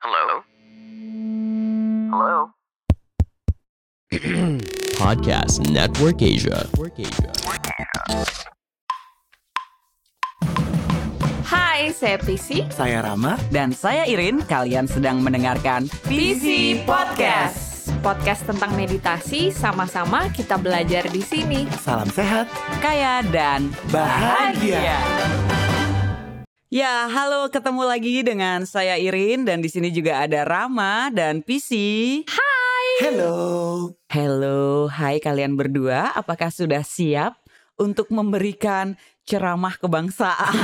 Hello? Hello? Podcast Network Asia. Hai, saya Prisi. Saya Rama. Dan saya Irin, kalian sedang mendengarkan PC Podcast. Podcast tentang meditasi, sama-sama kita belajar di sini. Salam sehat. Kaya dan Bahagia. Ya, halo, ketemu lagi dengan saya Irin dan di sini juga ada Rama dan PC. Hello. Halo, hai kalian berdua, apakah sudah siap untuk memberikan ceramah kebangsaan?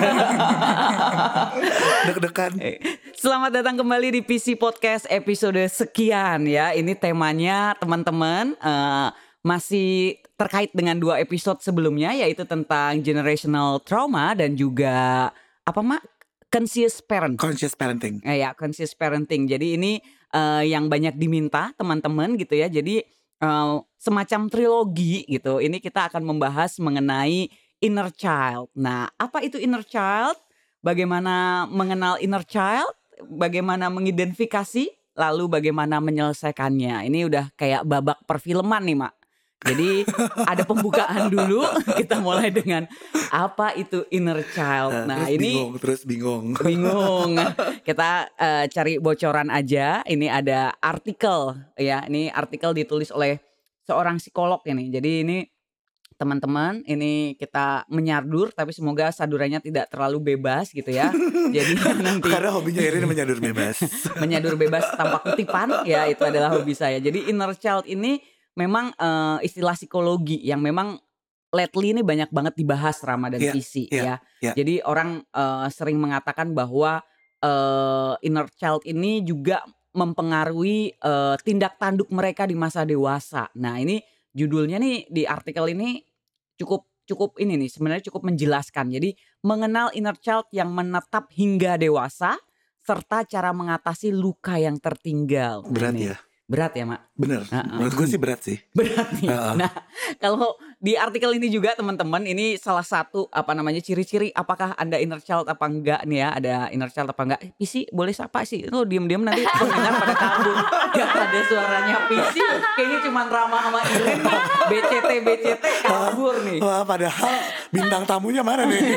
Deg-degan. Selamat datang kembali di PC Podcast episode sekian ya. Ini temanya teman-teman masih terkait dengan 2 episode sebelumnya, yaitu tentang generational trauma dan juga apa mak? Conscious parenting. Ya, conscious parenting. Jadi ini yang banyak diminta teman-teman gitu ya. Jadi semacam trilogi gitu. Ini kita akan membahas mengenai inner child. Nah, apa itu inner child? Bagaimana mengenal inner child? Bagaimana mengidentifikasi? Lalu bagaimana menyelesaikannya? Ini udah kayak babak perfilman nih, Mak. Jadi ada pembukaan dulu. Kita mulai dengan apa itu inner child. Nah, terus bingung. Kita cari bocoran aja. Ini ada artikel ya. Ini artikel ditulis oleh seorang psikolog ini. Jadi ini teman-teman, ini kita menyadur, tapi semoga sadurannya tidak terlalu bebas gitu ya. Jadi nanti Karena hobinya Irin menyadur bebas. menyadur bebas tanpa kutipan ya, itu adalah hobi saya. Jadi inner child ini memang istilah psikologi yang memang lately ini banyak banget dibahas Rama dan PC ya. Jadi orang sering mengatakan bahwa inner child ini juga mempengaruhi tindak tanduk mereka di masa dewasa. Nah, ini judulnya nih di artikel ini cukup ini nih sebenarnya cukup menjelaskan. Jadi mengenal inner child yang menetap hingga dewasa serta cara mengatasi luka yang tertinggal. Berat ini. ya? Berat ya, Mak? Bener. Menurut gue sih berat sih. Berat nih. Nah, kalau di artikel ini juga teman-teman, ini salah satu ciri-ciri apakah Anda inner child apa enggak nih ya, ada inner child apa enggak. PC boleh sapa sih, lu diem-diem nanti pendengar pada kabur. Gak ada suaranya PC, kayaknya cuma Rama sama Irin nih, BCT kabur nih. Wah, padahal bintang tamunya mana nih?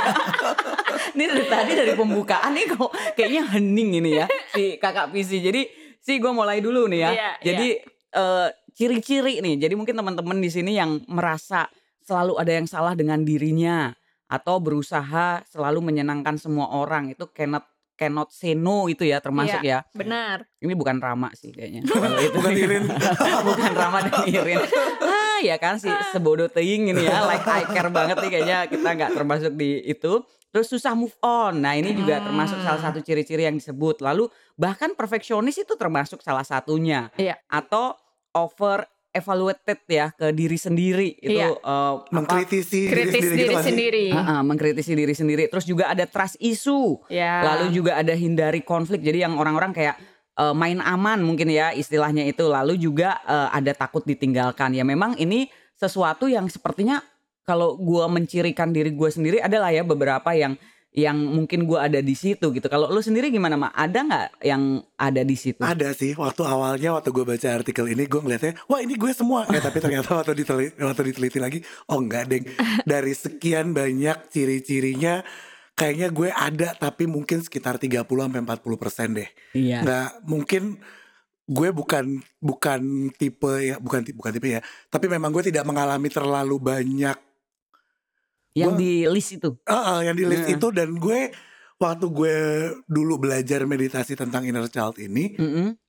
Ini dari tadi dari pembukaan nih kok kayaknya hening ini ya si kakak PC. Jadi gue mulai dulu nih ya. Jadi ciri-ciri nih. Jadi mungkin teman-teman di sini yang merasa selalu ada yang salah dengan dirinya atau berusaha selalu menyenangkan semua orang, itu cannot say no itu ya termasuk ya. Benar. Ini bukan Rama sih kayaknya. Itu Bukan Irin. bukan Rama dan Irin. Ya kan si sebodoh teing ini ya, like I care banget nih, kayaknya kita nggak termasuk di itu. Terus susah move on. Nah, ini juga termasuk salah satu ciri-ciri yang disebut. Lalu bahkan perfeksionis itu termasuk salah satunya. Iya. Atau over evaluated ya ke diri sendiri. Itu Mengkritisi Kritis diri sendiri. mengkritisi diri sendiri. Terus juga ada trust issue. Ya. Lalu juga ada hindari konflik. Jadi yang orang-orang kayak main aman mungkin ya istilahnya itu. Lalu juga ada takut ditinggalkan. Ya memang ini sesuatu yang sepertinya kalau gue mencirikan diri gue sendiri, adalah ya beberapa yang mungkin gue ada di situ gitu. Kalau lu sendiri gimana, Mak? Ada nggak yang ada di situ? Ada sih. Waktu gue baca artikel ini, gue ngeliatnya, wah ini gue semua. Tapi ternyata waktu diteliti lagi, oh enggak deng. Dari sekian banyak ciri-cirinya, kayaknya gue ada, tapi mungkin sekitar 30-40% deh. Iya. Nggak mungkin. Gue bukan tipe ya, bukan tipe ya. Tapi memang gue tidak mengalami terlalu banyak yang di list itu. Yang di list itu. Dan gue waktu gue dulu belajar meditasi tentang inner child ini,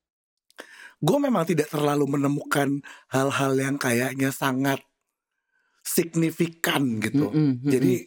gue memang tidak terlalu menemukan hal-hal yang kayaknya sangat signifikan gitu. Jadi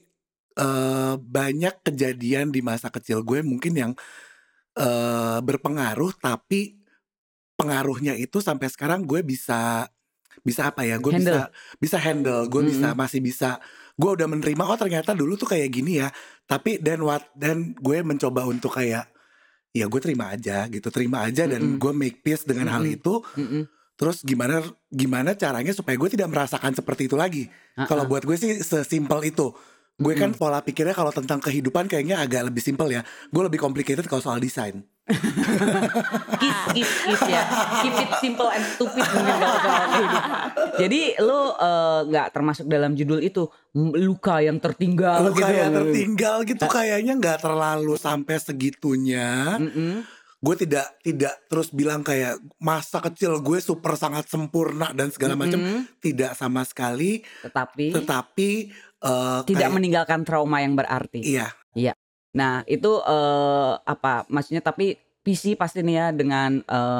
banyak kejadian di masa kecil gue mungkin yang berpengaruh, tapi pengaruhnya itu sampai sekarang gue bisa apa ya? Gue bisa handle, gue masih bisa. Gue udah menerima, oh ternyata dulu tuh kayak gini ya. Tapi dan gue mencoba untuk kayak, ya gue terima aja dan gue make peace dengan hal itu. Terus gimana caranya supaya gue tidak merasakan seperti itu lagi. Kalau buat gue sih sesimpel itu. Gue kan pola pikirnya kalau tentang kehidupan kayaknya agak lebih simpel ya. Gue lebih complicated kalau soal desain. Kiss ya. Keep it simple and stupid mungkin kalau soal kehidupan. Jadi lu nggak termasuk dalam judul itu luka yang tertinggal. Luka gitu. yang tertinggal gitu kayaknya nggak terlalu sampai segitunya. Gue tidak terus bilang kayak masa kecil gue super sangat sempurna dan segala macam. Tidak sama sekali. Tetapi tidak kayak, meninggalkan trauma yang berarti. Iya. Nah itu apa maksudnya, tapi PC pasti nih ya dengan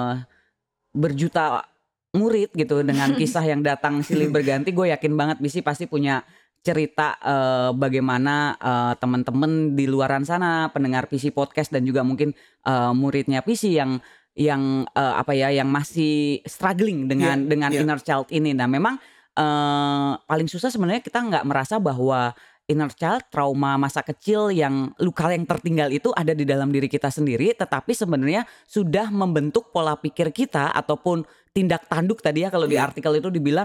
berjuta murid gitu, dengan kisah yang datang silih berganti, gue yakin banget PC pasti punya cerita bagaimana teman-teman di luaran sana, pendengar PC Podcast dan juga mungkin muridnya PC yang yang masih struggling dengan inner child ini. Nah memang paling susah sebenarnya kita nggak merasa bahwa inner child, trauma masa kecil yang luka yang tertinggal itu ada di dalam diri kita sendiri, tetapi sebenarnya sudah membentuk pola pikir kita ataupun tindak tanduk tadi ya kalau di artikel itu dibilang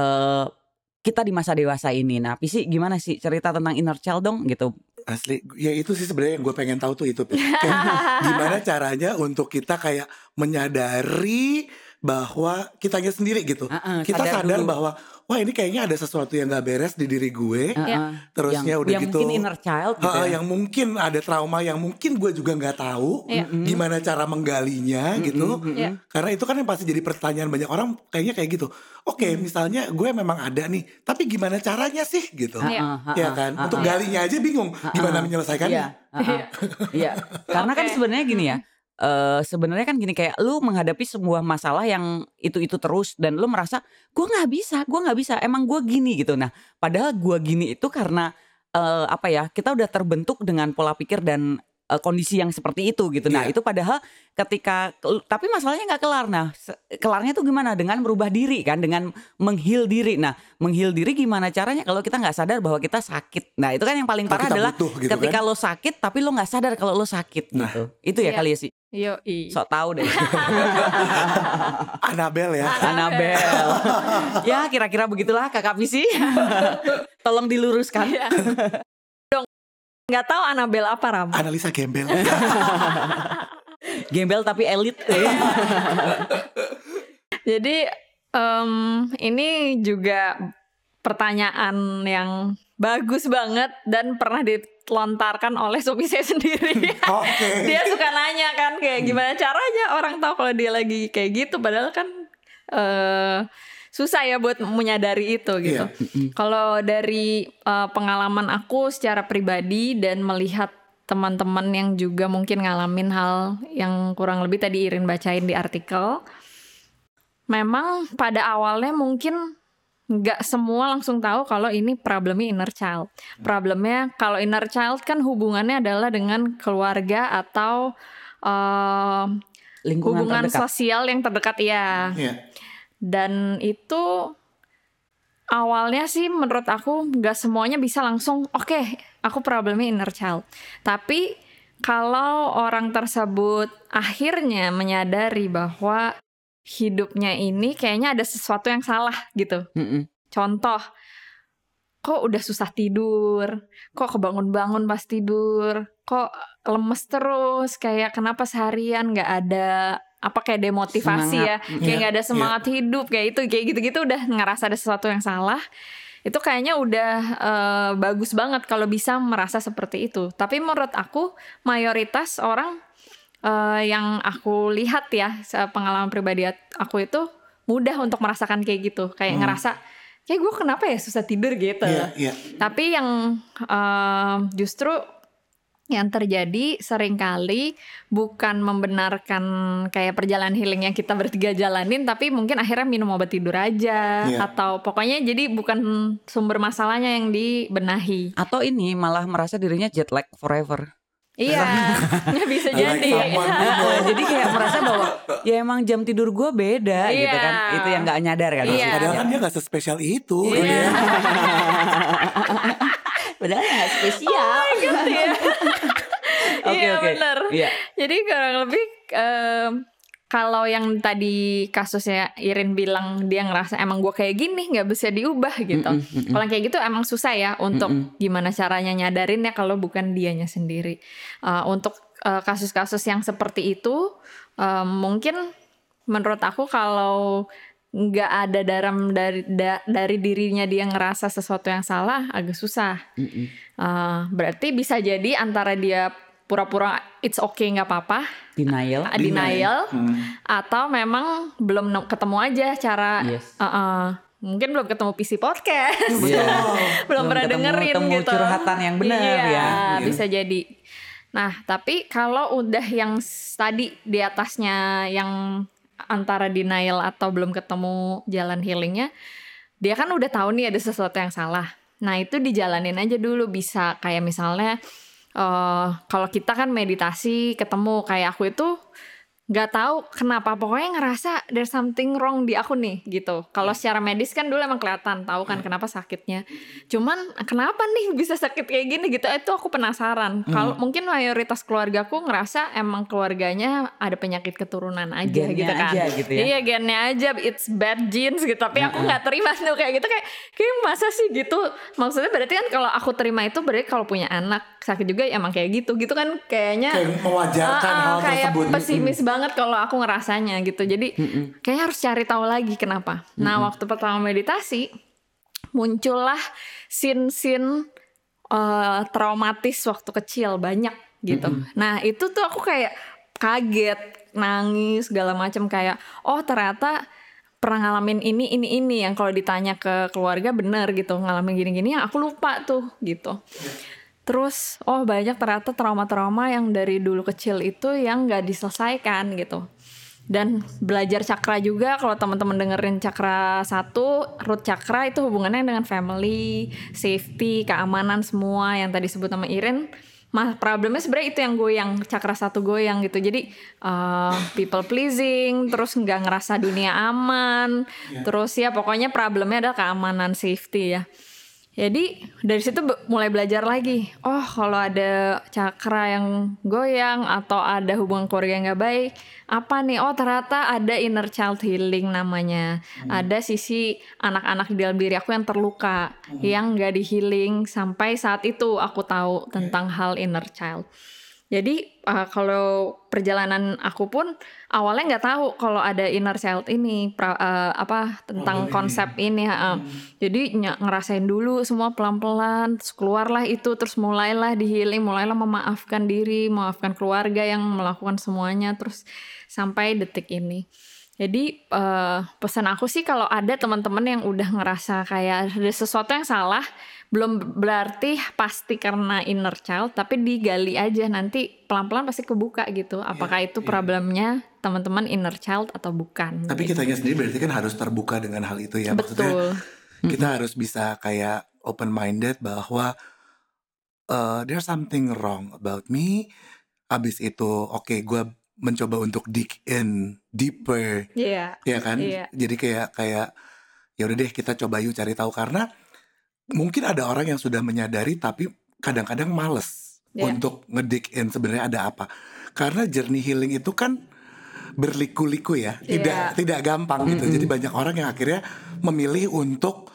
kita di masa dewasa ini. Nah, Pisi gimana sih cerita tentang inner child dong gitu? Asli, ya itu sih sebenarnya yang gue pengen tahu tuh itu. Kayak gimana caranya untuk kita kayak menyadari bahwa kitanya sendiri gitu. Kita sadar bahwa wah ini kayaknya ada sesuatu yang gak beres di diri gue. Terusnya udah yang gitu. Yang mungkin inner child gitu ya. Yang mungkin ada trauma yang mungkin gue juga gak tahu. Gimana cara menggalinya gitu. Karena itu kan yang pasti jadi pertanyaan banyak orang kayaknya kayak gitu. Oke, misalnya gue memang ada nih, tapi gimana caranya sih gitu. Ya kan? Untuk galinya aja bingung gimana menyelesaikannya. Iya. Karena kan sebenarnya gini ya. Sebenarnya kan gini, kayak lu menghadapi sebuah masalah yang itu terus dan lu merasa gue nggak bisa, emang gue gini gitu. Nah padahal gue gini itu karena kita udah terbentuk dengan pola pikir dan kondisi yang seperti itu gitu. Nah itu padahal ketika, tapi masalahnya nggak kelar. Nah kelarnya tuh gimana? Dengan merubah diri kan, dengan meng-heal diri. Nah meng-heal diri gimana caranya kalau kita nggak sadar bahwa kita sakit. Nah itu kan yang paling parah adalah gitu ketika kan? Lo sakit tapi lo nggak sadar kalau lo sakit gitu. Itu ya kali ya sih. Sok tahu deh. Anabel ya. Anabel. Ya kira-kira begitulah Kakak Pisi. Tolong diluruskan. Nggak tahu Anabel apa, Ram? Analisa gembel. Gembel tapi elit. Jadi ini juga pertanyaan yang bagus banget dan pernah dilontarkan oleh suami saya sendiri. Dia suka nanya kan kayak gimana caranya orang tahu kalau dia lagi kayak gitu, padahal kan susah ya buat menyadari itu gitu. Kalau dari pengalaman aku secara pribadi dan melihat teman-teman yang juga mungkin ngalamin hal yang kurang lebih tadi Irin bacain di artikel, memang pada awalnya mungkin nggak semua langsung tahu kalau ini problemnya inner child. Problemnya kalau inner child kan hubungannya adalah dengan keluarga atau hubungan terdekat. Sosial yang terdekat ya. Dan itu awalnya sih menurut aku nggak semuanya bisa langsung oke, aku problemnya inner child. Tapi kalau orang tersebut akhirnya menyadari bahwa hidupnya ini kayaknya ada sesuatu yang salah gitu. Contoh, kok udah susah tidur, kok kebangun-bangun pas tidur, kok lemes terus, kayak kenapa seharian nggak ada kayak demotivasi semangat, kayak nggak ada semangat hidup, kayak gitu-gitu udah ngerasa ada sesuatu yang salah. Itu kayaknya udah bagus banget kalau bisa merasa seperti itu. Tapi menurut aku mayoritas orang yang aku lihat ya, pengalaman pribadi aku itu mudah untuk merasakan kayak gitu, kayak ngerasa kayak gue kenapa ya susah tidur gitu. Tapi yang justru yang terjadi seringkali bukan membenarkan kayak perjalanan healing yang kita bertiga jalanin, tapi mungkin akhirnya minum obat tidur aja, atau pokoknya jadi bukan sumber masalahnya yang dibenahi. Atau ini malah merasa dirinya jet lag forever. Iya, bisa jadi. Jadi kayak merasa bahwa ya emang jam tidur gue beda gitu kan. Itu yang gak nyadar kan. Padahal kan dia gak sespesial itu. Padahal gak spesial. Gitu ya. Iya benar. Jadi kurang lebih kalau yang tadi kasusnya Irin bilang dia ngerasa emang gue kayak gini gak bisa diubah gitu. Kalau kayak gitu emang susah ya untuk gimana caranya nyadarinnya kalau bukan dianya sendiri. Untuk kasus-kasus yang seperti itu mungkin menurut aku kalau nggak ada dari dirinya dia ngerasa sesuatu yang salah agak susah. Berarti bisa jadi antara dia pura-pura it's okay nggak apa-apa, denial. Atau memang belum ketemu aja cara. Mungkin belum ketemu PC podcast, belum pernah dengerin gitu. Curhatan yang benar ya. Bisa jadi. Nah, tapi kalau udah yang tadi di atasnya yang antara denial atau belum ketemu jalan healingnya, dia kan udah tahu nih ada sesuatu yang salah. Nah, itu dijalanin aja dulu. Bisa kayak misalnya kalau kita kan meditasi ketemu kayak aku itu nggak tahu kenapa, pokoknya ngerasa there's something wrong di aku nih gitu. Kalau secara medis kan dulu emang kelihatan tahu kan kenapa sakitnya. Cuman kenapa nih bisa sakit kayak gini gitu, itu aku penasaran. Kalau mungkin mayoritas keluargaku ngerasa emang keluarganya ada penyakit keturunan aja gennya gitu kan aja, gitu ya? Iya gennya aja, it's bad genes gitu. Tapi aku nggak terima tuh kayak gitu, kayak masa sih gitu. Maksudnya berarti kan kalau aku terima itu berarti kalau punya anak sakit juga emang kayak gitu kan kayaknya kayak mewajarkan hal kayak tersebut. Pesimis banget kalau aku ngerasanya gitu. Jadi kayaknya harus cari tahu lagi kenapa. Nah, waktu pertama meditasi muncullah scene traumatis waktu kecil banyak gitu. Nah, itu tuh aku kayak kaget, nangis segala macam, kayak oh ternyata pernah ngalamin ini yang kalau ditanya ke keluarga bener gitu, ngalamin gini-gini yang aku lupa tuh gitu. Terus banyak ternyata trauma-trauma yang dari dulu kecil itu yang gak diselesaikan gitu. Dan belajar cakra juga, kalau teman-teman dengerin cakra 1, root cakra itu hubungannya dengan family, safety, keamanan semua yang tadi sebut sama Iren. Problemnya sebenarnya itu yang goyang, cakra 1 goyang gitu. Jadi people pleasing, terus gak ngerasa dunia aman, terus ya pokoknya problemnya adalah keamanan, safety ya. Jadi dari situ mulai belajar lagi. Oh, kalau ada cakra yang goyang atau ada hubungan keluarga yang gak baik, apa nih? Oh, ternyata ada inner child healing namanya. Ada sisi anak-anak di dalam diri aku yang terluka, yang gak di healing sampai saat itu aku tahu tentang hal inner child. Jadi kalau perjalanan aku pun awalnya nggak tahu kalau ada inner child ini tentang konsep ini. Jadi ngerasain dulu semua pelan-pelan, terus keluarlah itu, terus mulailah di healing, mulailah memaafkan diri, memaafkan keluarga yang melakukan semuanya, terus sampai detik ini. Jadi pesan aku sih kalau ada teman-teman yang udah ngerasa kayak ada sesuatu yang salah, belum berarti pasti karena inner child, tapi digali aja, nanti pelan-pelan pasti kebuka gitu. Apakah itu problemnya teman-teman inner child atau bukan. Tapi gitu. kitanya sendiri berarti kan harus terbuka dengan hal itu ya. Maksudnya betul. Kita harus bisa kayak open minded bahwa there's something wrong about me. Abis itu gue mencoba untuk dig in deeper. Iya. Ya kan? Jadi kayak ya udah deh kita coba yuk cari tahu, karena mungkin ada orang yang sudah menyadari tapi kadang-kadang males untuk ngedik in sebenarnya ada apa. Karena journey healing itu kan berliku-liku ya, tidak gampang gitu. Jadi banyak orang yang akhirnya memilih untuk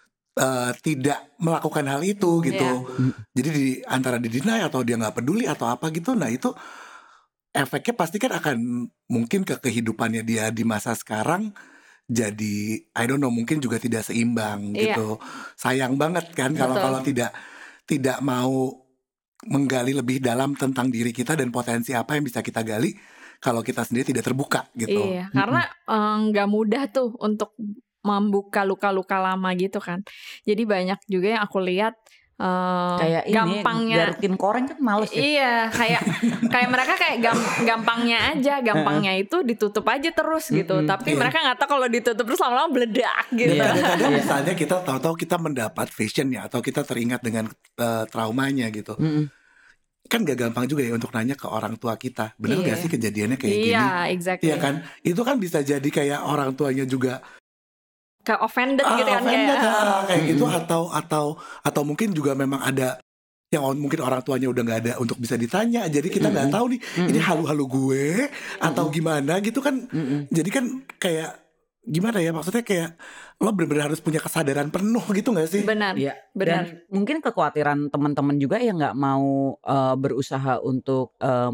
tidak melakukan hal itu gitu. Jadi antara deny atau dia nggak peduli atau apa gitu. Nah itu efeknya pasti kan akan mungkin ke kehidupannya dia di masa sekarang. Jadi I don't know, mungkin juga tidak seimbang gitu. Sayang banget kan kalau tidak mau menggali lebih dalam tentang diri kita dan potensi apa yang bisa kita gali kalau kita sendiri tidak terbuka gitu. Iya, karena nggak mudah tuh untuk membuka luka-luka lama gitu kan. Jadi banyak juga yang aku lihat kayak gampangnya garukin koreng kan males ya. Iya, kayak mereka kayak gampangnya aja, gampangnya itu ditutup aja terus gitu. Tapi mereka nggak tahu kalau ditutup terus lama-lama meledak gitu. Kadang-kadang misalnya kita tahu-tahu kita mendapat visionnya atau kita teringat dengan traumanya gitu. Kan gak gampang juga ya untuk nanya ke orang tua kita, benar gak sih kejadiannya kayak gini? Iya, exactly. Iya kan? Itu kan bisa jadi kayak orang tuanya juga kayak offended gitu kan, kayak gitu, atau mungkin juga memang ada yang mungkin orang tuanya udah nggak ada untuk bisa ditanya, jadi kita nggak tahu nih ini halu-halu gue atau gimana gitu kan. Jadi kan kayak gimana ya, maksudnya kayak lo benar-benar harus punya kesadaran penuh gitu nggak sih? Benar. Dan mungkin kekhawatiran teman-teman juga yang nggak mau berusaha untuk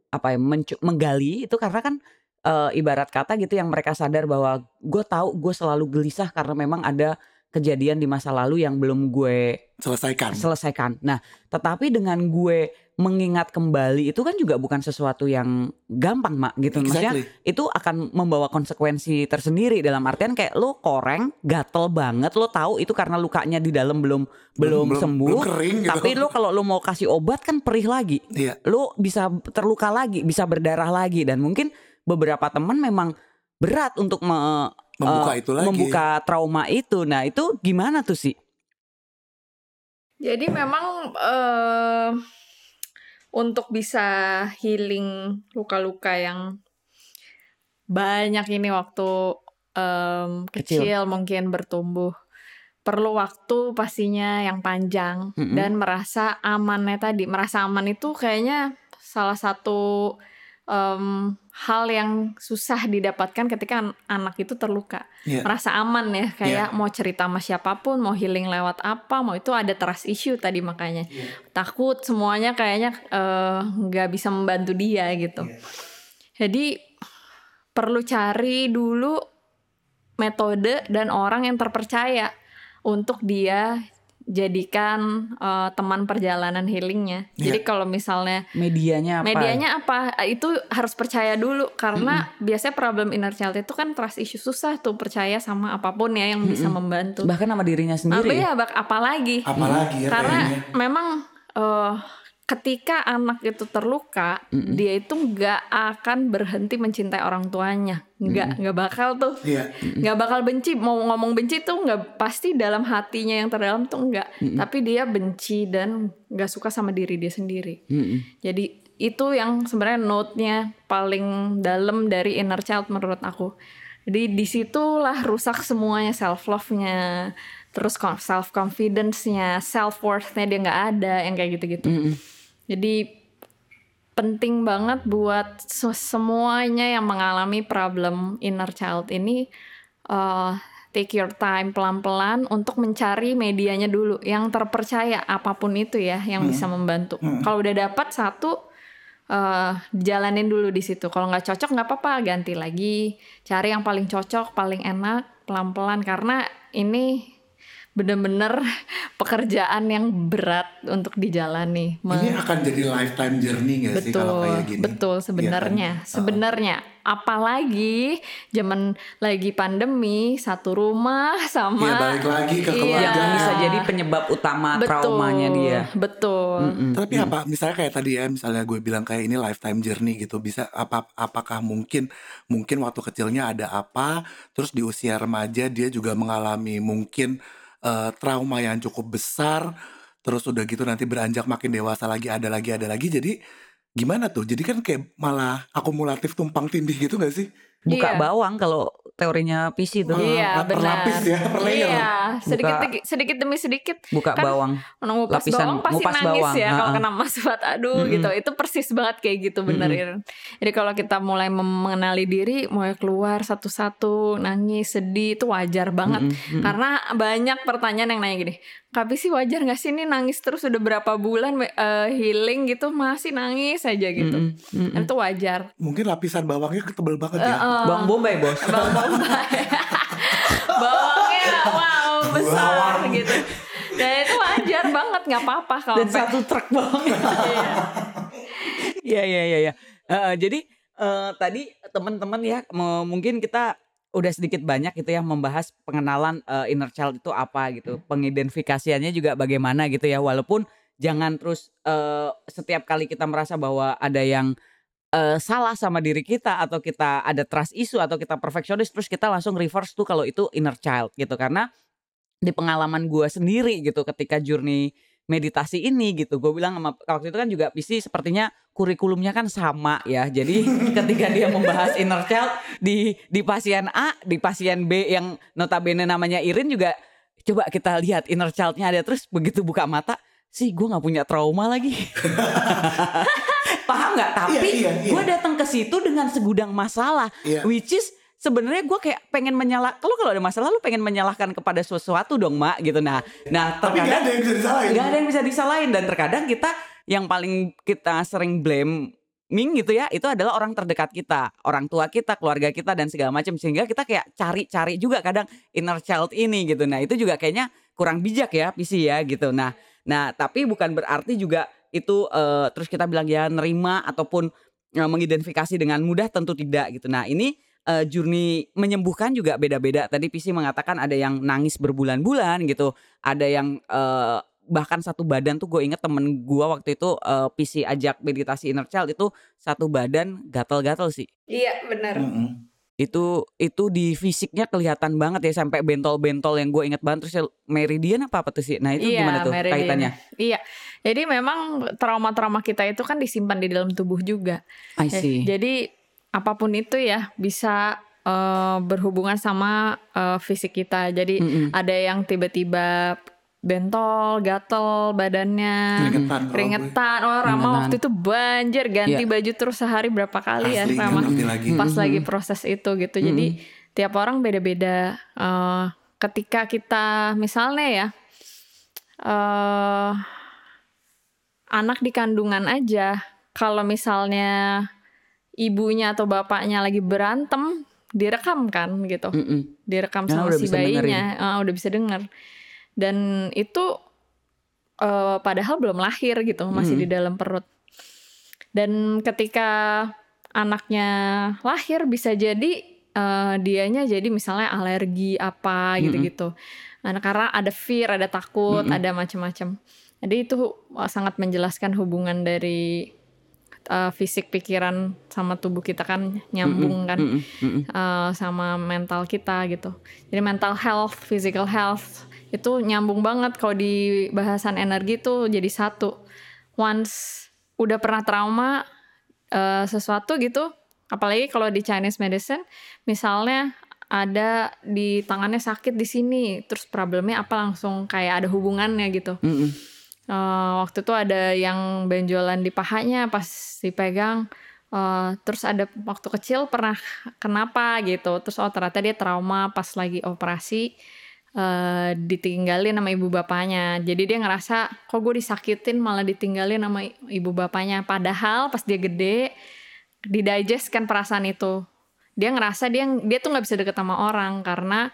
menggali itu karena kan ibarat kata gitu yang mereka sadar bahwa gue tahu gue selalu gelisah karena memang ada kejadian di masa lalu yang belum gue selesaikan. Nah, tetapi dengan gue mengingat kembali itu kan juga bukan sesuatu yang gampang, Mak, gitu. Maksudnya itu akan membawa konsekuensi tersendiri dalam artian kayak lo koreng, gatel banget, lo tahu itu karena lukanya di dalam belum sembuh. Belum kering, gitu. Tapi lo kalau lo mau kasih obat kan perih lagi. Iya. Lo bisa terluka lagi, bisa berdarah lagi dan mungkin beberapa teman memang berat untuk membuka trauma itu. Nah, itu gimana tuh sih? Jadi memang untuk bisa healing luka-luka yang banyak ini waktu kecil mungkin bertumbuh, perlu waktu pastinya yang panjang dan merasa amannya tadi. Merasa aman itu kayaknya salah satu hal yang susah didapatkan ketika anak itu terluka. Merasa aman ya, kayak mau cerita sama siapapun, mau healing lewat apa, mau itu ada trust issue tadi makanya. Takut semuanya kayaknya gak bisa membantu dia gitu. Jadi perlu cari dulu metode dan orang yang terpercaya untuk dia jadikan teman perjalanan healingnya. Jadi kalau misalnya medianya apa itu harus percaya dulu karena biasanya problem inner child itu kan trust issue, susah tuh percaya sama apapun ya yang bisa membantu. Bahkan sama dirinya sendiri. Apalagi ya, karena memang ketika anak itu terluka, dia itu nggak akan berhenti mencintai orang tuanya, nggak bakal tuh, nggak bakal benci. Mau ngomong benci tuh nggak, pasti dalam hatinya yang terdalam tuh nggak, tapi dia benci dan nggak suka sama diri dia sendiri. Jadi itu yang sebenarnya note-nya paling dalam dari inner child menurut aku. Jadi disitulah rusak semuanya, self love-nya, terus self confidence-nya, self worth-nya dia nggak ada, yang kayak gitu-gitu. Jadi penting banget buat semuanya yang mengalami problem inner child ini take your time pelan-pelan untuk mencari medianya dulu yang terpercaya apapun itu ya, yang bisa membantu. Kalau udah dapat satu, jalanin dulu di situ. Kalau nggak cocok nggak apa-apa, ganti lagi, cari yang paling cocok, paling enak, pelan-pelan karena ini bener-bener pekerjaan yang berat untuk dijalani. Ini akan jadi lifetime journey gak sih kalau kayak gini? Betul, sebenarnya. Sebenarnya, apalagi zaman lagi pandemi, satu rumah sama. Balik lagi ke keluarga. Yang bisa jadi penyebab utama traumanya dia. Betul. Tapi apa, misalnya kayak tadi ya, misalnya gue bilang kayak ini lifetime journey gitu, bisa apakah mungkin waktu kecilnya ada apa, terus di usia remaja dia juga mengalami mungkin trauma yang cukup besar, terus udah gitu nanti beranjak makin dewasa lagi ada lagi, jadi gimana tuh? Jadi kan kayak malah akumulatif tumpang tindih gitu gak sih? Buka bawang kalau teorinya PC tuh. Iya, benar. Perlapis ya, per layer. Iya, sedikit demi sedikit. Buka kan, bawang. Ngupas bawang pasti nangis bawang. Ya kalau kena masbat. Aduh gitu. Itu persis banget kayak gitu, bener. Jadi kalau kita mulai mengenali diri, mulai keluar satu-satu, nangis, sedih, itu wajar banget. Karena banyak pertanyaan yang nanya gini, Kak sih wajar gak sih nih nangis terus udah berapa bulan healing gitu masih nangis aja gitu. Dan itu wajar. Mungkin lapisan bawangnya tebel banget ya. Bawang bombay bos. Bawang bombay. Bawangnya wow besar gitu. Dan itu wajar banget, gak apa-apa kalau dan satu truk bawang. Iya. Jadi tadi teman-teman ya mungkin kita udah sedikit banyak gitu ya membahas pengenalan inner child itu apa gitu, pengidentifikasiannya juga bagaimana gitu ya, walaupun jangan terus setiap kali kita merasa bahwa ada yang salah sama diri kita atau kita ada trust issue atau kita perfeksionis terus kita langsung reverse tuh kalau itu inner child gitu, karena di pengalaman gue sendiri gitu ketika journey meditasi ini gitu, gue bilang sama waktu itu kan juga PC sepertinya kurikulumnya kan sama ya, jadi ketika dia membahas inner child di pasien A, di pasien B yang notabene namanya Irin juga, coba kita lihat inner childnya ada, terus begitu buka mata sih gue nggak punya trauma lagi. Paham nggak? Tapi gue datang ke situ dengan segudang masalah, which is sebenarnya gue kayak pengen kalau ada masalah lu pengen menyalahkan kepada sesuatu dong Mak gitu. Nah tapi terkadang gak ada yang bisa disalahin. Gak ada yang bisa disalahin, dan terkadang kita yang paling kita sering blame gitu ya, itu adalah orang terdekat kita, orang tua kita, keluarga kita dan segala macam, sehingga kita kayak cari-cari juga kadang inner child ini gitu. Nah itu juga kayaknya kurang bijak ya PC ya gitu. Nah tapi bukan berarti juga itu terus kita bilang ya nerima ataupun mengidentifikasi dengan mudah, tentu tidak gitu. Nah ini journey menyembuhkan juga beda-beda. Tadi PC mengatakan ada yang nangis berbulan-bulan gitu, ada yang bahkan satu badan tuh, gue inget temen gue waktu itu PC ajak meditasi inner child, itu satu badan gatal-gatal sih. Iya benar. Itu di fisiknya kelihatan banget ya, sampai bentol-bentol yang gue inget banget. Terus meridian apa tuh sih? Nah itu gimana tuh meridian kaitannya? Iya, jadi memang trauma-trauma kita itu kan disimpan di dalam tubuh juga. I see. Jadi apapun itu ya bisa berhubungan sama fisik kita. Jadi ada yang tiba-tiba bentol, gatel badannya, keringetan. Oh Rama waktu itu banjir, ganti baju terus sehari berapa kali ya Rama pas lagi proses itu gitu. Jadi tiap orang beda-beda. Ketika kita misalnya ya anak di kandungan aja, kalau misalnya ibunya atau bapaknya lagi berantem, direkam kan gitu, direkam sama si bayinya, udah bisa denger. Dan itu padahal belum lahir gitu, masih di dalam perut. Dan ketika anaknya lahir bisa jadi dianya jadi misalnya alergi apa gitu-gitu. Karena ada fear, ada takut, ada macam-macam. Jadi itu sangat menjelaskan hubungan dari fisik, pikiran sama tubuh kita kan nyambung kan, sama mental kita gitu. Jadi mental health, physical health itu nyambung banget. Kalau di bahasan energi tuh jadi satu. Once udah pernah trauma sesuatu gitu, apalagi kalau di Chinese medicine misalnya ada di tangannya sakit di sini, terus problemnya apa, langsung kayak ada hubungannya gitu. Waktu itu ada yang benjolan di pahanya pas dipegang, terus ada waktu kecil pernah kenapa gitu, terus ternyata dia trauma pas lagi operasi, ditinggalin sama ibu bapaknya. Jadi dia ngerasa kok gue disakitin malah ditinggalin sama ibu bapaknya, padahal pas dia gede didigest kan perasaan itu. Dia ngerasa dia tuh nggak bisa deket sama orang karena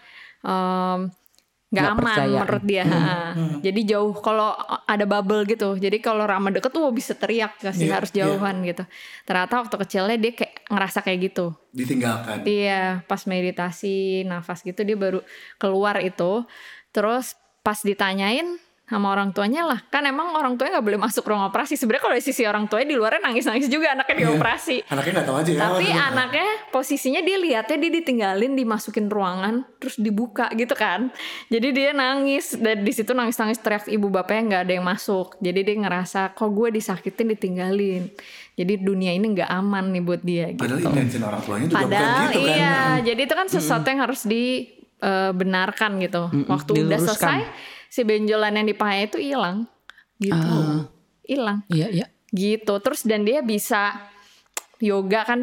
nggak aman percaya. Menurut dia. Jadi jauh, kalau ada bubble gitu. Jadi kalau Rama deket tuh bisa teriak kasih harus jauhan gitu. Ternyata waktu kecilnya dia kayak ngerasa kayak gitu. Ditinggalkan. Iya, pas meditasi nafas gitu dia baru keluar itu. Terus pas ditanyain sama orang tuanya lah, kan emang orang tuanya nggak boleh masuk ruang operasi. Sebenarnya kalau dari sisi orang tuanya di luarnya nangis-nangis juga anaknya dioperasi. Anaknya nggak tahu aja ya. Tapi anaknya posisinya dia lihatnya dia ditinggalin, dimasukin ruangan, terus dibuka gitu kan. Jadi dia nangis, dan di situ nangis-nangis teriak ibu bapaknya nggak ada yang masuk. Jadi dia ngerasa kok gue disakitin, ditinggalin. Jadi dunia ini nggak aman nih buat dia. Padahal gitu. intensi orang tuanya juga Padahal bukan gitu kan. Iya, jadi itu kan sesuatu yang harus dibenarkan gitu. Waktu udah selesai, si benjolan yang di pahanya itu hilang gitu. Hilang. Iya. Gitu. Terus dan dia bisa yoga kan,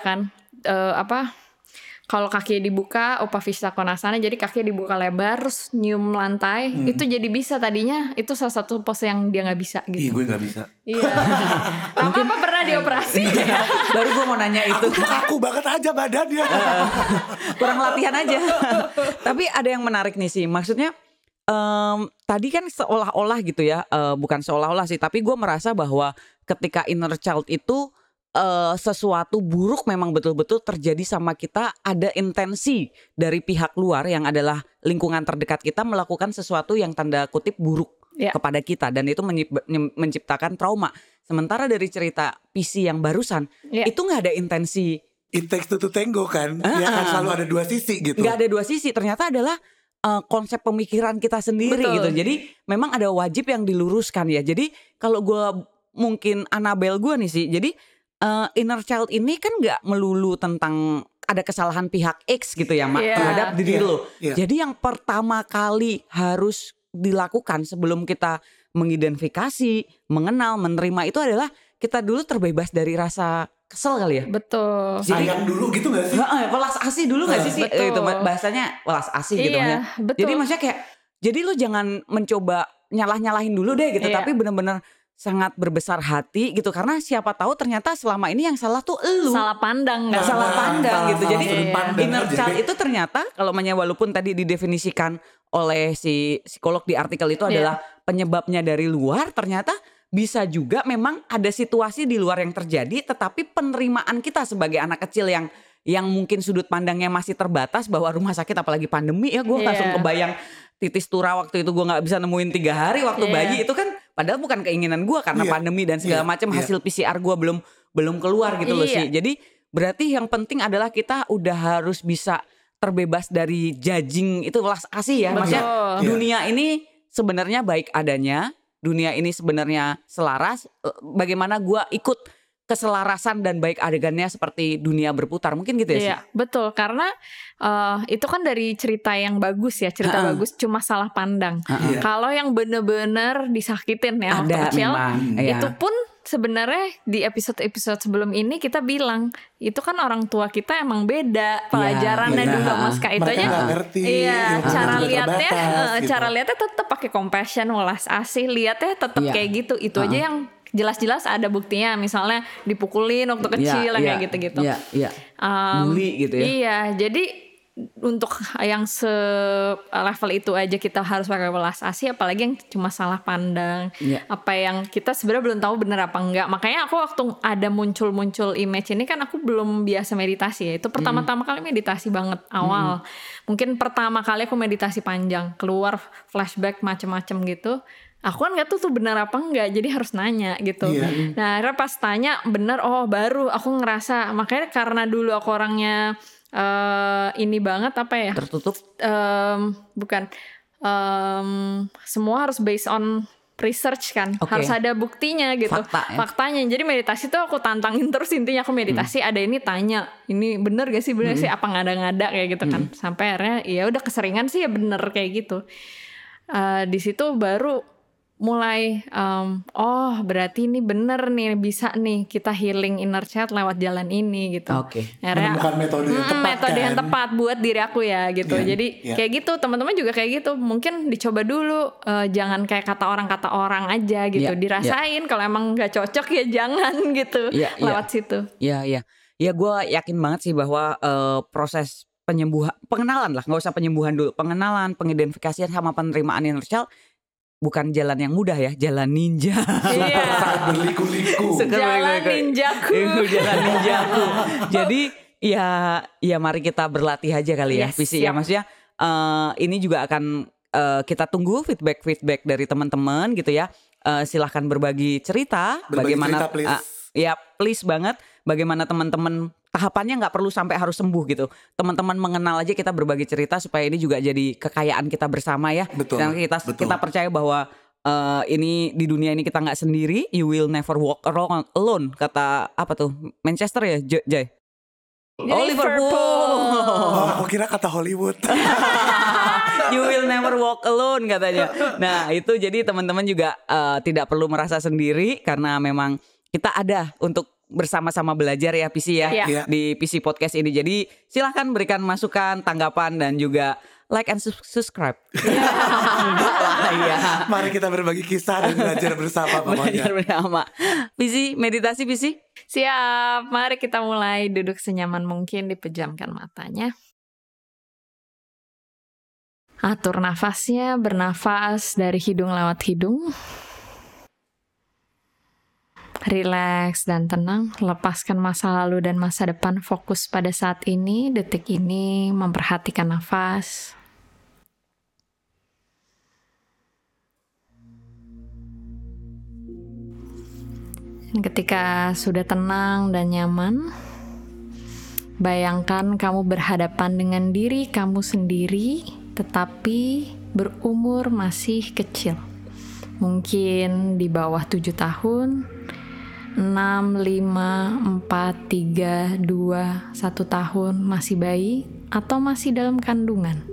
kalau kakinya dibuka, Upavishta Konasana, jadi kakinya dibuka lebar terus nyium lantai, itu jadi bisa. Tadinya itu salah satu pose yang dia nggak bisa gitu. Ih, gue nggak bisa. Iya. Mungkin apa pernah dioperasi? Baru gue mau nanya itu. Aku banget aja badannya. Kurang latihan aja. Tapi ada yang menarik nih sih, maksudnya tadi kan seolah-olah gitu ya, bukan seolah-olah sih, tapi gue merasa bahwa ketika inner child itu sesuatu buruk memang betul-betul terjadi sama kita, ada intensi dari pihak luar yang adalah lingkungan terdekat kita melakukan sesuatu yang tanda kutip buruk kepada kita, dan itu menciptakan trauma. Sementara dari cerita PC yang barusan itu nggak ada intensi. It takes two to tango kan, ya kan selalu ada dua sisi gitu. Nggak ada dua sisi, ternyata adalah konsep pemikiran kita sendiri. Betul. Gitu. Jadi memang ada wajib yang diluruskan ya. Jadi kalau gue mungkin Annabelle gue nih sih, jadi inner child ini kan gak melulu tentang ada kesalahan pihak X gitu ya Mak, terhadap diri lo. Jadi yang pertama kali harus dilakukan sebelum kita mengidentifikasi, mengenal, menerima itu adalah kita dulu terbebas dari rasa kesel kali ya. Betul. Sayang dulu gitu gak sih? Welas asih dulu gak sih? Itu bahasanya welas asih gitu ya. Betul. Jadi maksudnya kayak, jadi lo jangan mencoba nyalah-nyalahin dulu deh gitu, tapi bener-bener sangat berbesar hati gitu, karena siapa tahu ternyata selama ini yang salah tuh elu. Salah pandang nggak? Salah pandang gitu. Jadi pandang inner aja. child itu ternyata kalau walaupun tadi didefinisikan oleh si psikolog di artikel itu adalah penyebabnya dari luar, ternyata bisa juga memang ada situasi di luar yang terjadi, tetapi penerimaan kita sebagai anak kecil yang mungkin sudut pandangnya masih terbatas bahwa rumah sakit apalagi pandemi ya, gue langsung kebayang titis tura waktu itu gue nggak bisa nemuin 3 hari waktu bayi, itu kan padahal bukan keinginan gue karena pandemi dan segala macam, hasil PCR gue belum keluar gitu loh sih. Jadi berarti yang penting adalah kita udah harus bisa terbebas dari judging itu welas asih ya. Maksudnya dunia ini sebenarnya baik adanya, dunia ini sebenarnya selaras, bagaimana gue ikut keselarasan dan baik adegannya seperti dunia berputar, mungkin gitu ya sih. Iya, betul, karena itu kan dari cerita yang bagus ya, cerita bagus cuma salah pandang. Kalau yang bener-bener disakitin ya waktu kecil, itu pun sebenarnya di episode-episode sebelum ini kita bilang itu kan orang tua kita emang beda pelajarannya dulu Mas Kak, itu aja. Cara lihatnya cara lihatnya tetap pakai compassion, welas asih, lihatnya tetap kayak gitu. Itu aja yang jelas-jelas ada buktinya, misalnya dipukulin waktu kecil kayak gitu-gitu. Bully gitu ya. Iya, jadi untuk yang level itu aja kita harus pakai welas asih, apalagi yang cuma salah pandang. Apa yang kita sebenarnya belum tahu bener apa enggak. Makanya aku waktu ada muncul image ini kan aku belum biasa meditasi ya. Itu pertama-tama kali meditasi banget awal. Mungkin pertama kali aku meditasi panjang, keluar flashback macem-macem gitu. Aku kan nggak tuh benar apa enggak, jadi harus nanya gitu. Nah akhirnya pas tanya bener, baru aku ngerasa. Makanya karena dulu aku orangnya ini banget apa ya? Tertutup? Bukan. Semua harus based on research kan, harus ada buktinya gitu. Faktanya. Jadi meditasi tuh aku tantangin terus, intinya aku meditasi ada ini tanya, ini bener gak sih, apa ngada-ngada kayak gitu kan. Sampai akhirnya ya udah keseringan sih ya bener kayak gitu. Di situ baru mulai berarti ini bener nih, bisa nih kita healing inner child lewat jalan ini gitu. Menemukan metode yang tepat buat diri aku ya gitu. Jadi kayak gitu, teman-teman juga kayak gitu. Mungkin dicoba dulu, jangan kayak kata orang aja gitu. Dirasain kalau emang nggak cocok ya jangan gitu lewat situ. Iya. Ya gue yakin banget sih bahwa proses pengenalan lah, nggak usah penyembuhan dulu, pengenalan, pengidentifikasian sama penerimaan inner child bukan jalan yang mudah ya, jalan ninja. Sangat berliku-liku. Jalan ninjaku. Jalan ninjaku. Jadi ya mari kita berlatih aja kali ya, visi ya. Maksudnya ini juga akan kita tunggu feedback dari teman-teman gitu ya. Silahkan berbagi cerita, bagaimana cerita, please banget, bagaimana teman-teman tahapannya nggak perlu sampai harus sembuh gitu. Teman-teman mengenal aja, kita berbagi cerita supaya ini juga jadi kekayaan kita bersama ya. Dan kita percaya bahwa ini di dunia ini kita nggak sendiri. You will never walk alone, kata apa tuh Manchester ya, Jay? Liverpool. Aku kira kata Hollywood. You will never walk alone katanya. Nah itu jadi teman-teman juga tidak perlu merasa sendiri, karena memang kita ada untuk bersama-sama belajar ya PC ya di PC Podcast ini. Jadi silahkan berikan masukan, tanggapan, dan juga like and subscribe. Enggak lah ya. Mari kita berbagi kisah dan belajar bersama pokoknya. Belajar bersama. PC, meditasi PC. Siap, mari kita mulai. Duduk senyaman mungkin, dipejamkan matanya. Atur nafasnya, bernafas dari hidung lewat hidung. Relax dan tenang, lepaskan masa lalu dan masa depan, fokus pada saat ini, detik ini, memperhatikan nafas. Ketika sudah tenang dan nyaman, bayangkan kamu berhadapan dengan diri kamu sendiri, tetapi berumur masih kecil. Mungkin di bawah 7 tahun, 6, 5, 4, 3, 2, 1 tahun, masih bayi atau masih dalam kandungan.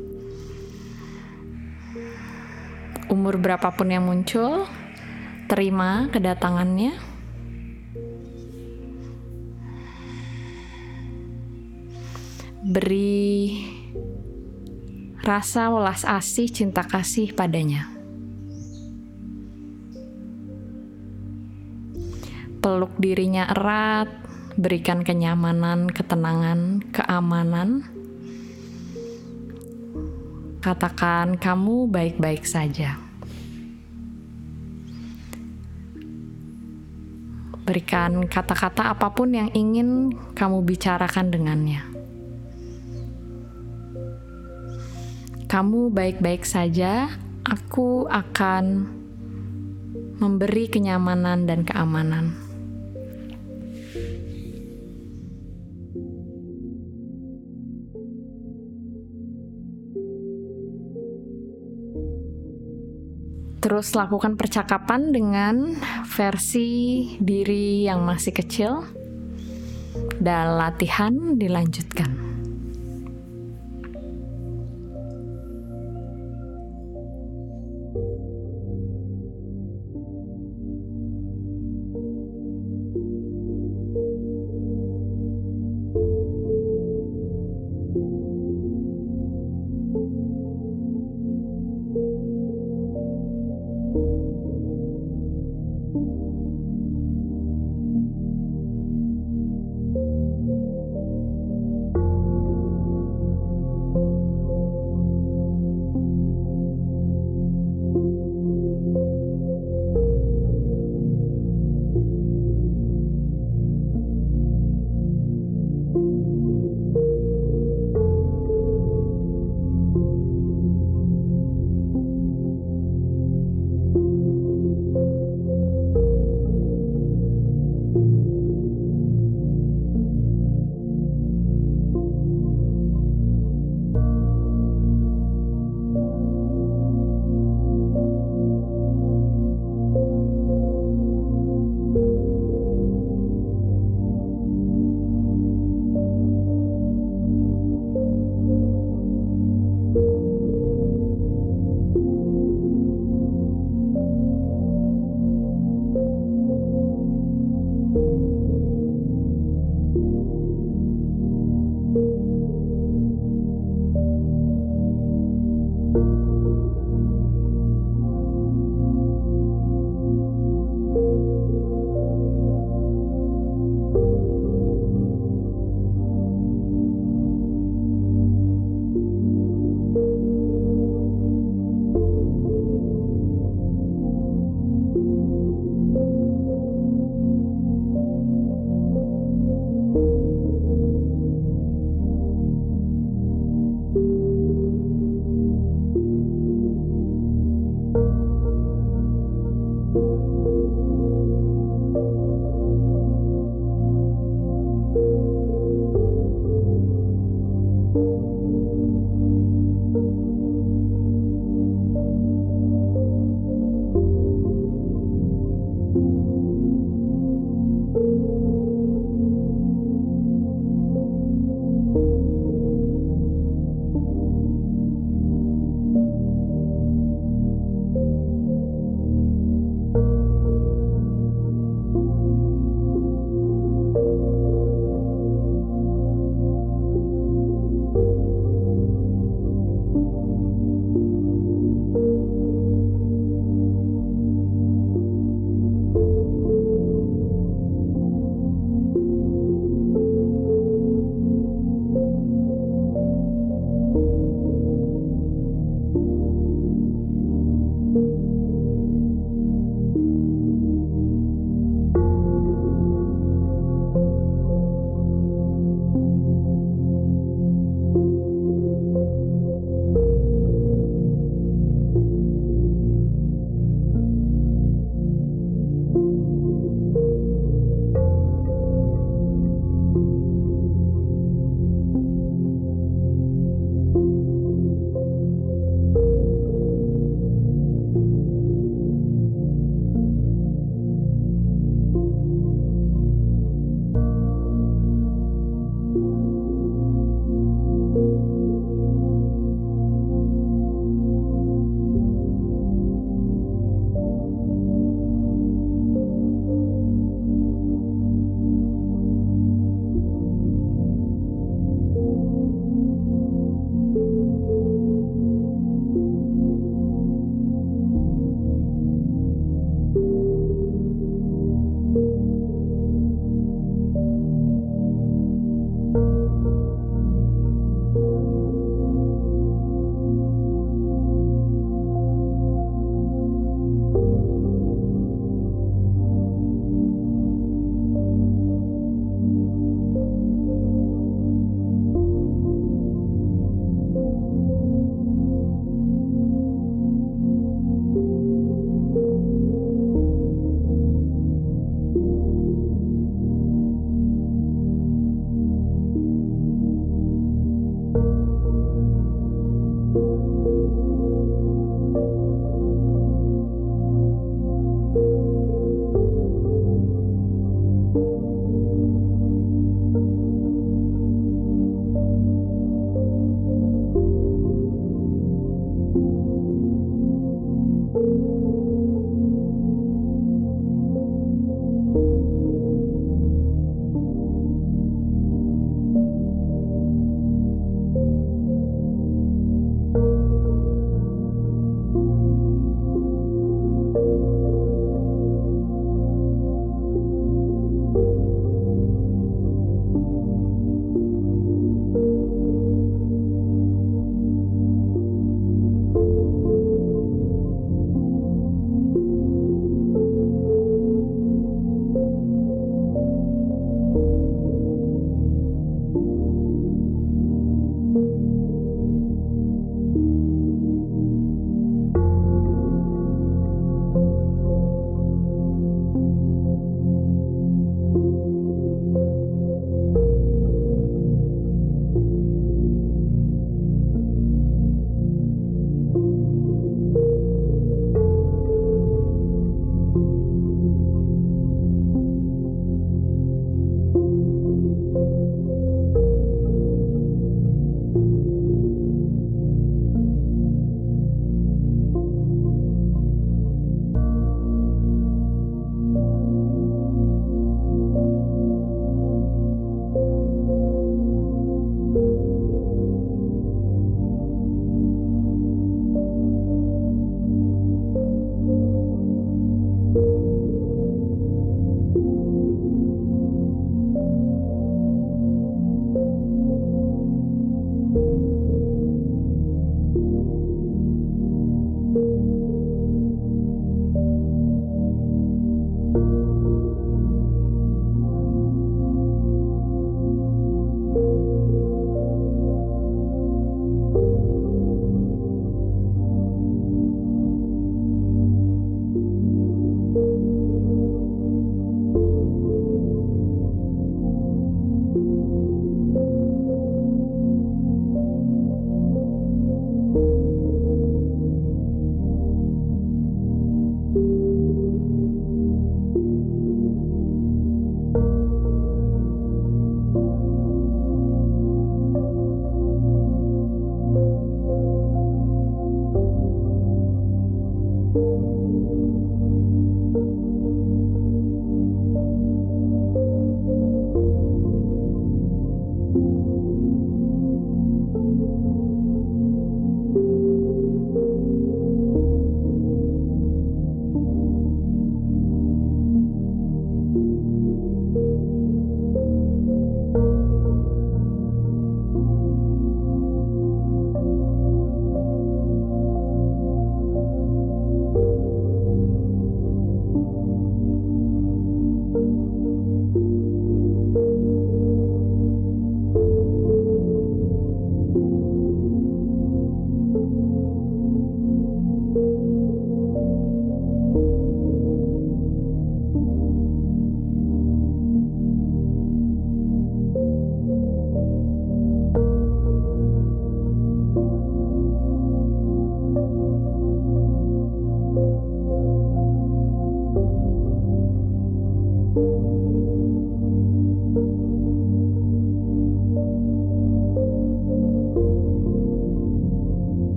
Umur berapapun yang muncul, terima kedatangannya. Beri rasa welas asih, cinta kasih padanya. peluk dirinya erat, berikan kenyamanan, ketenangan, keamanan. Katakan kamu baik-baik saja. Berikan kata-kata apapun yang ingin kamu bicarakan dengannya. Kamu baik-baik saja, aku akan memberi kenyamanan dan keamanan. Terus lakukan percakapan dengan versi diri yang masih kecil dan latihan dilanjutkan.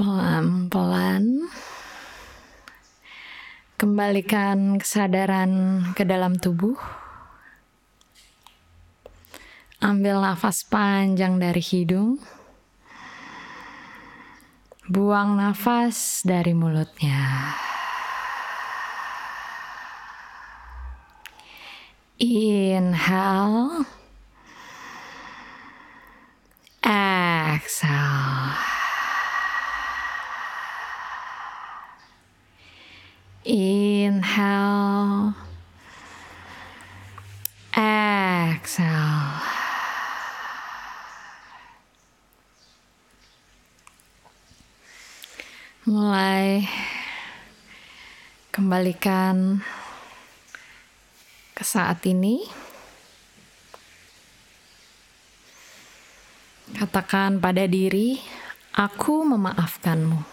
Pelan-pelan kembalikan kesadaran ke dalam tubuh. Ambil nafas panjang dari hidung. Buang nafas dari mulutnya. Inhale. Exhale. Inhale. Exhale. Mulai kembalikan ke saat ini. Katakan pada diri, aku memaafkanmu.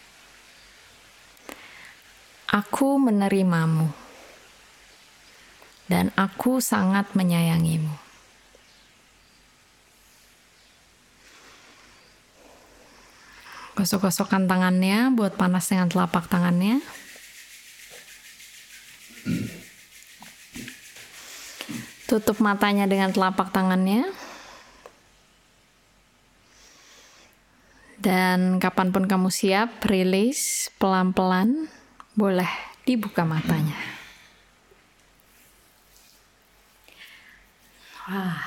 Aku menerimamu. Dan aku sangat menyayangimu. Gosok-gosokkan tangannya buat panas dengan telapak tangannya. Tutup matanya dengan telapak tangannya. Dan kapanpun kamu siap, rilis pelan-pelan, boleh dibuka matanya. Wah.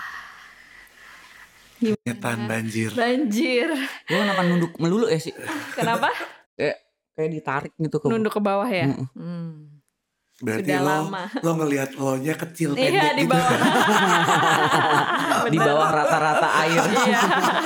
Nyetan banjir. Gue kenapa nunduk melulu ya sih? Kenapa? Kayak ditarik gitu ke Nunduk ke bawah ya? Berarti Sudah lama. lo ngelihat lo nya kecil pendek Iya, di gitu. bawah. di bawah rata-rata air. Iya.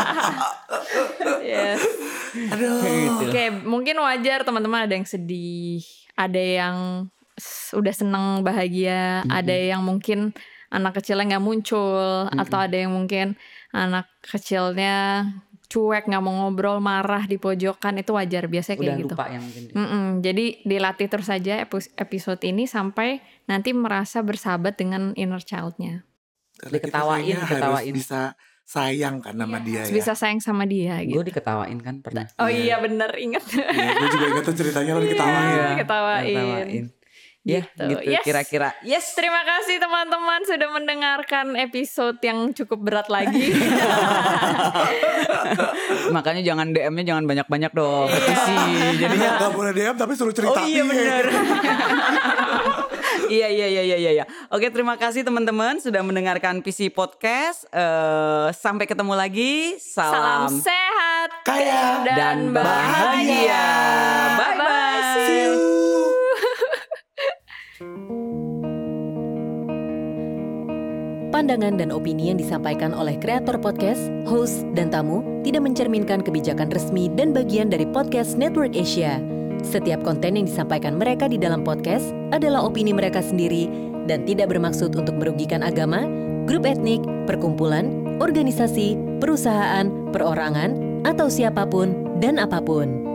Yes. Aduh. Gitu. Oke, mungkin wajar teman-teman, ada yang sedih, ada yang udah seneng bahagia, ada yang mungkin anak kecilnya nggak muncul, atau ada yang mungkin anak kecilnya cuek, nggak mau ngobrol, marah di pojokan. Itu wajar, biasanya kayak Udah gitu. lupa yang mungkin. Jadi dilatih terus saja episode ini sampai nanti merasa bersahabat dengan inner child-nya. Karena kita Diketawain. harus bisa sayang kan sama dia ya. Bisa sayang sama dia Gue gitu. diketawain kan pernah. Oh iya bener, ingat. Iya, gue juga ingat tuh ceritanya lo diketawain. Iya, diketawain. Ya gitu Yes. kira-kira. Yes, terima kasih teman-teman sudah mendengarkan episode yang cukup berat lagi. Makanya jangan DM-nya jangan banyak-banyak dong. Petisi. Jadinya Gak boleh DM tapi suruh cerita. Oh iya benar. Iya. Oke, terima kasih teman-teman sudah mendengarkan PC Podcast. Sampai ketemu lagi. Salam Salam sehat, Kaya dan bahagia. Bye-bye. See you. Pandangan dan opini yang disampaikan oleh kreator podcast, host, dan tamu tidak mencerminkan kebijakan resmi dan bagian dari Podcast Network Asia. Setiap konten yang disampaikan mereka di dalam podcast adalah opini mereka sendiri dan tidak bermaksud untuk merugikan agama, grup etnik, perkumpulan, organisasi, perusahaan, perorangan, atau siapapun dan apapun.